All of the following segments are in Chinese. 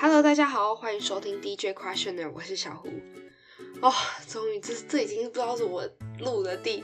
Hello， 大家好，欢迎收听 DJ Questioner， 我是小胡。终于这已经不知道是我录的第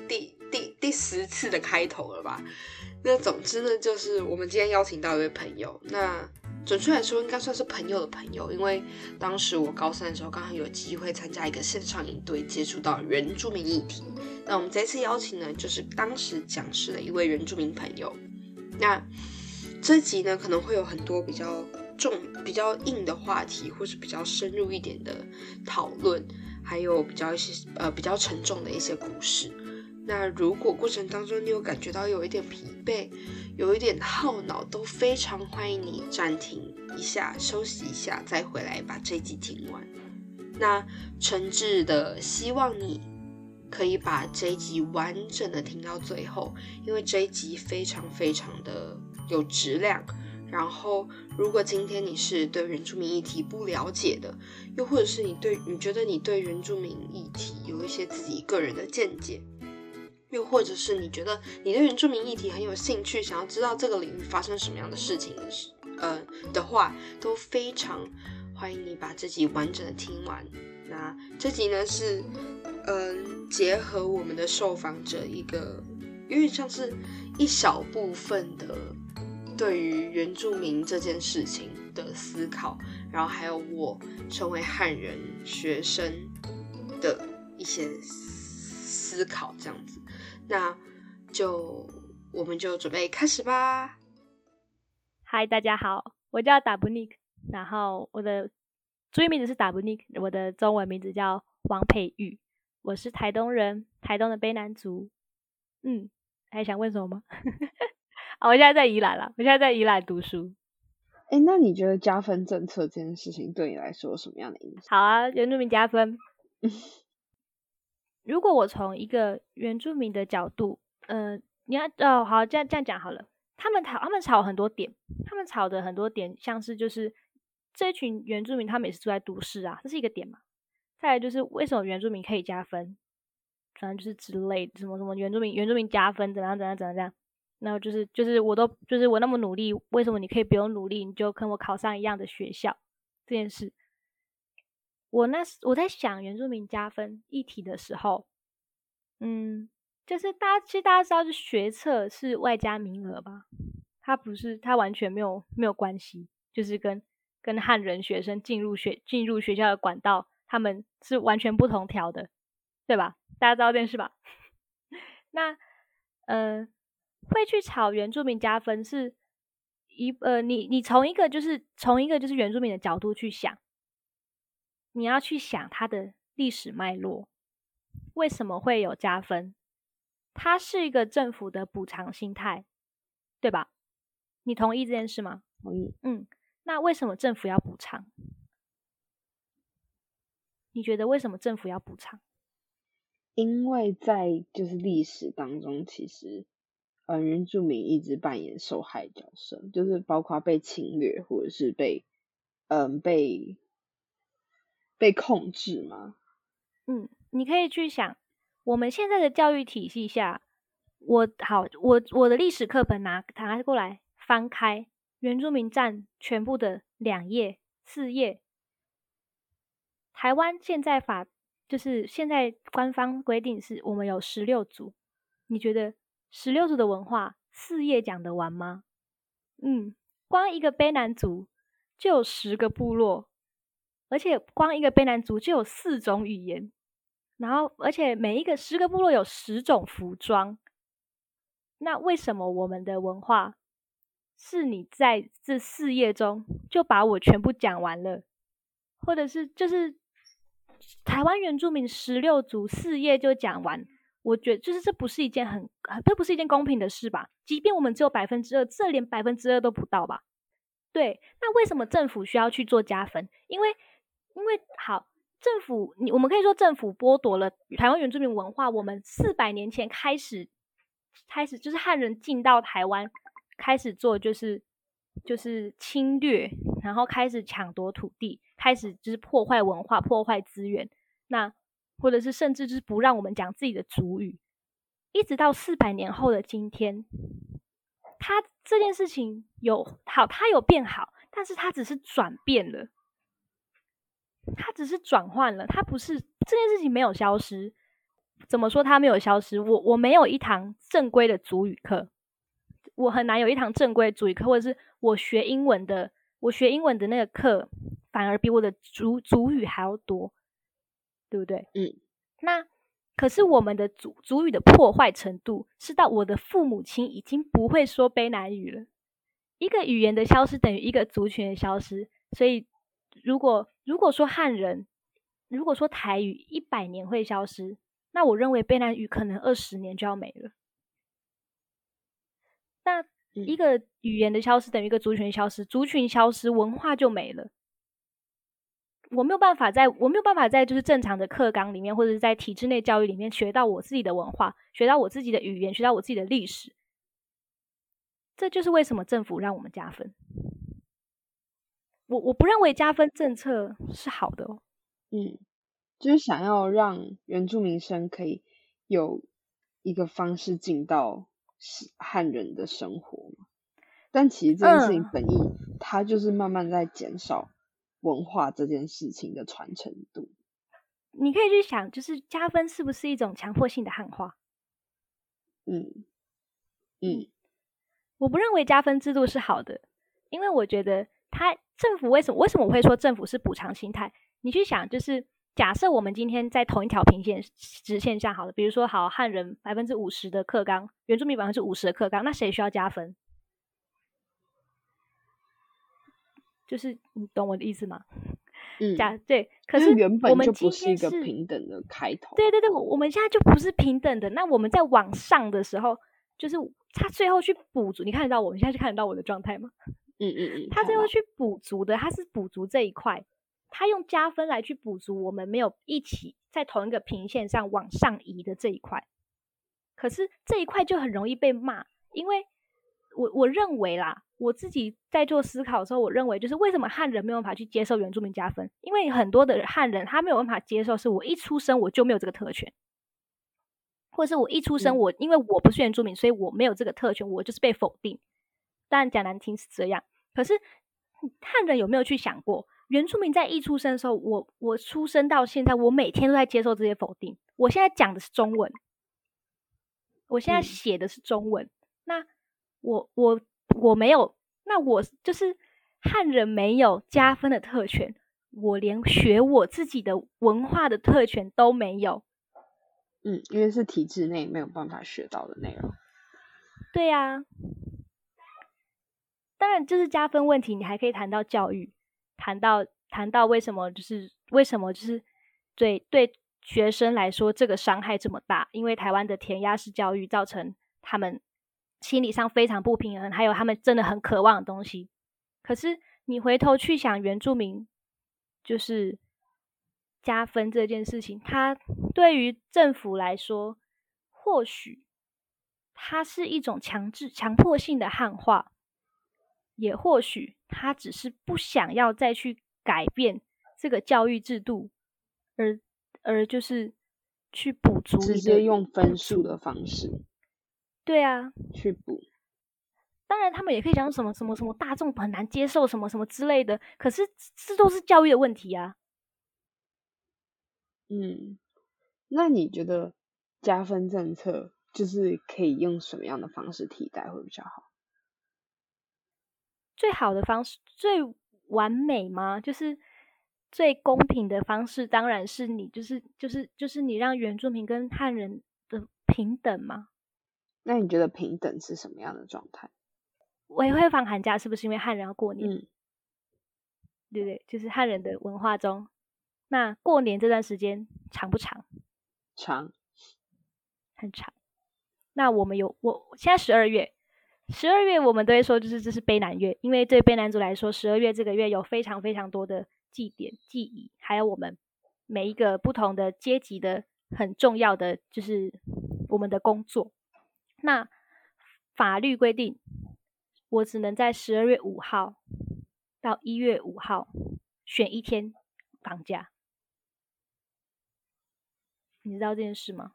10次的开头了吧？那总之呢，就是我们今天邀请到一位朋友，那准确来说应该算是朋友的朋友，因为当时我高三的时候刚好有机会参加一个线上营队，接触到原住民议题。那我们这次邀请呢，就是当时讲师的一位原住民朋友。那这集呢，可能会有很多比较硬的话题，或是比较深入一点的讨论，还有比较沉重的一些故事。那如果过程当中你有感觉到有一点疲惫，有一点耗脑，都非常欢迎你暂停一下，休息一下，再回来把这一集听完。那诚挚的希望你可以把这一集完整的听到最后，因为这一集非常非常的有质量。然后如果今天你是对原住民议题不了解的，又或者是你觉得你对原住民议题有一些自己个人的见解，又或者是你觉得你对原住民议题很有兴趣，想要知道这个领域发生什么样的事情的话，都非常欢迎你把这集完整的听完。那这集呢是结合我们的受访者一个有点像是一小部分的对于原住民这件事情的思考，然后还有我成为汉人学生的一些思考这样子。那我们就准备开始吧。 嗨，大家好，我叫达布尼克，然后我的注意名字是达布尼克，我的中文名字叫王佩玉，我是台东人，台东的卑南族。还想问什么吗？我现在在宜兰啦，我现在在宜兰读书。 那你觉得加分政策这件事情对你来说有什么样的影响？ 好啊，原住民加分。如果我从一个原住民的角度，你要好这样讲好了。他们吵很多点，他们吵的很多点，像是就是这一群原住民他们也是住在都市啊，这是一个点嘛。再来就是为什么原住民可以加分，反正就是之类的，什么原住民加分怎样，然后就是我那么努力，为什么你可以不用努力，你就跟我考上一样的学校这件事。我在想原住民加分议题的时候，就是其实大家知道，是学测是外加名额吧？它完全没有关系，就是跟汉人学生进入学校的管道，他们是完全不同条的，对吧？大家知道这件事吧？那会去吵原住民加分是你从一个就是原住民的角度去想，你要去想它的历史脉络，为什么会有加分？它是一个政府的补偿心态，对吧？你同意这件事吗？ 同意。 那为什么政府要补偿？你觉得为什么政府要补偿？ 因为在就是历史当中，其实原住民一直扮演受害角色，就是包括被侵略或者是被控制嘛。 你可以去想，我们现在的教育体系下，我的历史课本拿过来翻开，原住民占全部的2页4页。台湾现在就是现在官方规定是我们有16族，你觉得16族的文化4页讲得完吗？光一个卑南族就有10个部落，而且光一个卑南族就有4种语言，然后而且每一个10个部落有10种服装。那为什么我们的文化是你在这4页中就把我全部讲完了，或者是就是台湾原住民16族4页就讲完？我觉得就是这不是一件公平的事吧？即便我们只有 2%， 这连 2% 都不到吧？对，那为什么政府需要去做加分？因为好，我们可以说政府剥夺了台湾原住民文化。我们400年前开始就是汉人进到台湾，开始做就是侵略，然后开始抢夺土地，开始就是破坏文化、破坏资源，那或者是甚至就是不让我们讲自己的族语，一直到400年后的今天，这件事情它有变好，但是它只是转变了。 它只是转换了，它不是这件事情没有消失。怎么说它没有消失？我没有一堂正规的族语课，我很难有一堂正规的族语课，或者是我学英文的那个课，反而比我的族语还要多，对不对？那可是我们的族语的破坏程度是到我的父母亲已经不会说卑南语了。一个语言的消失等于一个族群的消失，所以如果说汉人，如果说台语100年会消失，那我认为卑南语可能20年就要没了。那一个语言的消失等于一个族群消失，族群消失，文化就没了。我没有办法在就是正常的课纲里面，或者是在体制内教育里面学到我自己的文化，学到我自己的语言，学到我自己的历史。这就是为什么政府让我们加分。我不认为加分政策是好的哦。 就是想要让原住民生可以有一个方式进到汉人的生活嘛。但其实这件事情本意，它就是慢慢在减少文化这件事情的传承度。 你可以去想，就是加分是不是一种强迫性的汉化？我不认为加分制度是好的，因为我觉得政府为什么我会说政府是补偿心态？你去想，就是假设我们今天在同一条平线直线上好了，比如说好汉人50%的课纲，原住民50%的课纲，那谁需要加分？就是你懂我的意思吗？对，可是原本就不是一个平等的开头。 对，我们现在就不是平等的。那我们在往上的时候，就是他最后去补足，你看得到我们现在看得到我的状态吗？他最后去补足的，他是补足这一块，他用加分来去补足我们没有一起在同一个平线上往上移的这一块。可是这一块就很容易被骂，因为我认为啦，我自己在做思考的时候，我认为就是为什么汉人没有办法去接受原住民加分？因为很多的汉人他没有办法接受，是我一出生我就没有这个特权，或者是我一出生因为我不是原住民，所以我没有这个特权，我就是被否定。当然讲难听是这样，可是汉人有没有去想过，原住民在一出生的时候，我出生到现在，我每天都在接受这些否定。我现在讲的是中文，我现在写的是中文，那我没有，那我就是汉人没有加分的特权，我连学我自己的文化的特权都没有。 因为是体制内没有办法学到的内容。 对啊，当然就是加分问题，你还可以谈到教育，谈到为什么就是对学生来说这个伤害这么大，因为台湾的填鸭式教育造成他们心理上非常不平衡，还有他们真的很渴望的东西。可是你回头去想原住民就是加分这件事情，它对于政府来说，或许它是一种强迫性的汉化，也或许他只是不想要再去改变这个教育制度，而就是去补足直接用分数的方式。 对啊， 去补。 当然他们也可以讲什么大众很难接受什么之类的，可是这都是教育的问题啊。 那你觉得加分政策就是可以用什么样的方式替代会比较好？ 最好的方式，最完美吗？就是最公平的方式，当然是你就是你让原住民跟汉人的平等嘛。 那你觉得平等是什么样的状态？ 我也会放寒假，是不是因为汉人要过年？对不对？就是汉人的文化中，那过年这段时间长不长？ 长， 很长。那我现在12月我们都会说就是这是卑南月，因为对卑南族来说，12月这个月有非常非常多的祭典祭仪，还有我们每一个不同的阶级的很重要的就是我们的工作。那法律规定我只能在12月5号到1月5号选一天放假，你知道这件事吗？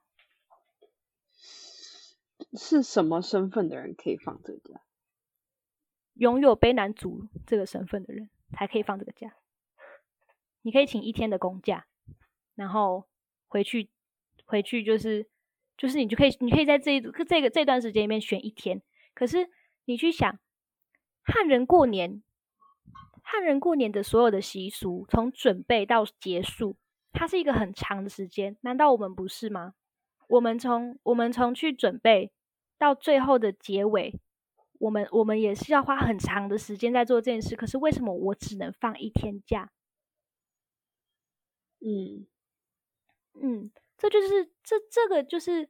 是什么身份的人可以放这个假？ 拥有卑南族这个身份的人才可以放这个假。 你可以请1天的公假，然后回去就是你可以在这段时间里面选1天。可是你去想，汉人过年的所有的习俗，从准备到结束，它是一个很长的时间，难道我们不是吗？我们从去准备到最后的结尾，我们也是要花很长的时间在做这件事。可是为什么我只能放1天假？这就是这个就是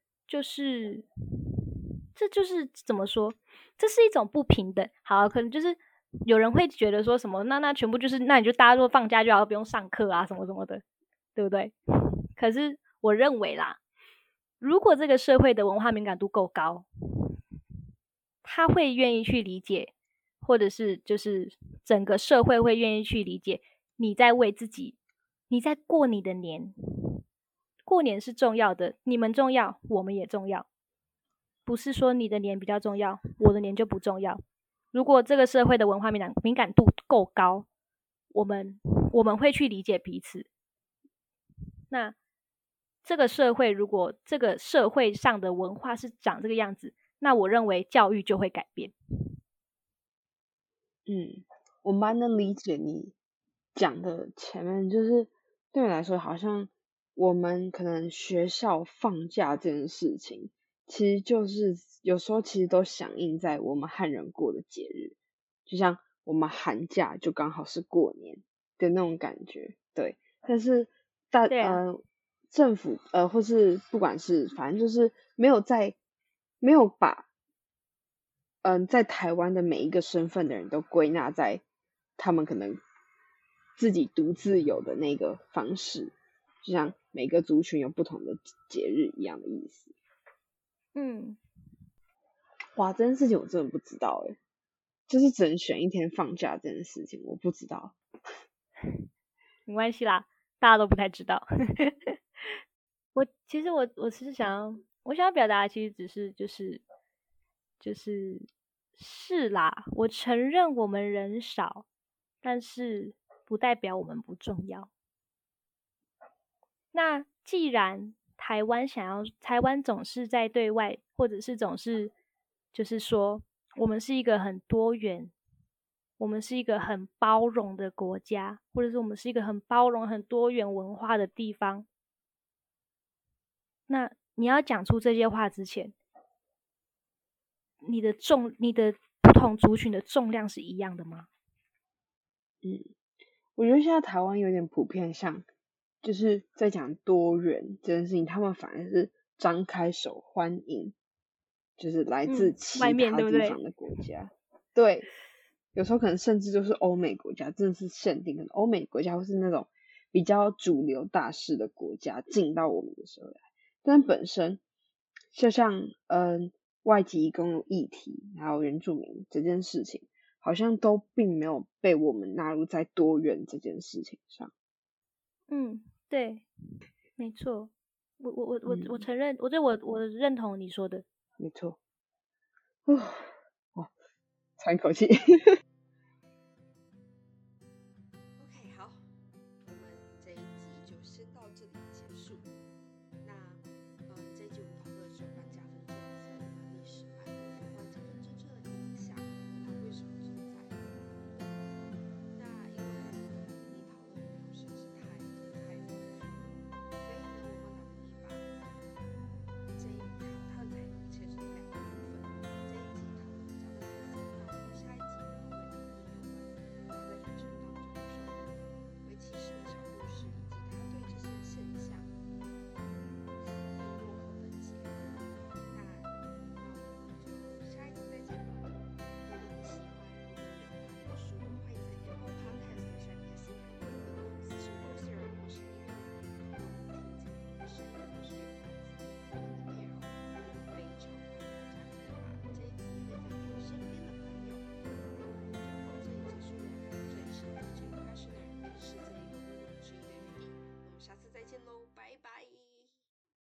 这就是怎么说？这是一种不平等。好，可能就是有人会觉得说什么，那全部就是那你就大家都放假就好，不用上课啊，什么什么的，对不对？可是我认为啦，如果这个社会的文化敏感度够高，他会愿意去理解，或者是就是整个社会会愿意去理解你在为自己，你在过你的年。过年是重要的，你们重要，我们也重要，不是说你的年比较重要，我的年就不重要。如果这个社会的文化敏感度够高，我们会去理解彼此。那这个社会如果这个社会上的文化是长这个样子，那我认为教育就会改变。 我蛮能理解你讲的前面，就是对你来说，好像我们可能学校放假这件事情，其实就是有时候其实都响应在我们汉人过的节日，就像我们寒假就刚好是过年的那种感觉，对。但是政府或是不管是反正就是没有把在台湾的每一个身份的人都归纳在他们可能自己独自有的那个方式，就像每个族群有不同的节日一样的意思。哇，这件事情我真的不知道欸，就是只能选1天放假这件事情我不知道。 没关系啦，大家都不太知道。其实我是想要表达的其实只是是啦，我承认我们人少，但是不代表我们不重要。那既然台湾总是在对外，或者是总是就是说我们是一个很多元，我们是一个很包容的国家，或者是我们是一个很包容很多元文化的地方，那你要讲出这些话之前，你的不同族群的重量是一样的吗？ 我觉得现在台湾有点普遍像就是在讲多元这件事情，他们反而是张开手欢迎就是来自其他地方的国家。对，有时候可能甚至就是欧美国家，真的是限定，可能欧美国家或是那种比较主流大势的国家进到我们的社会来。但本身就像外籍移工议题还有原住民这件事情，好像都并没有被我们纳入在多元这件事情上。 对，没错，我承认，我认同你说的， 没错。哇，喘一口气。OK， 好，我们这一集就先到这里结束。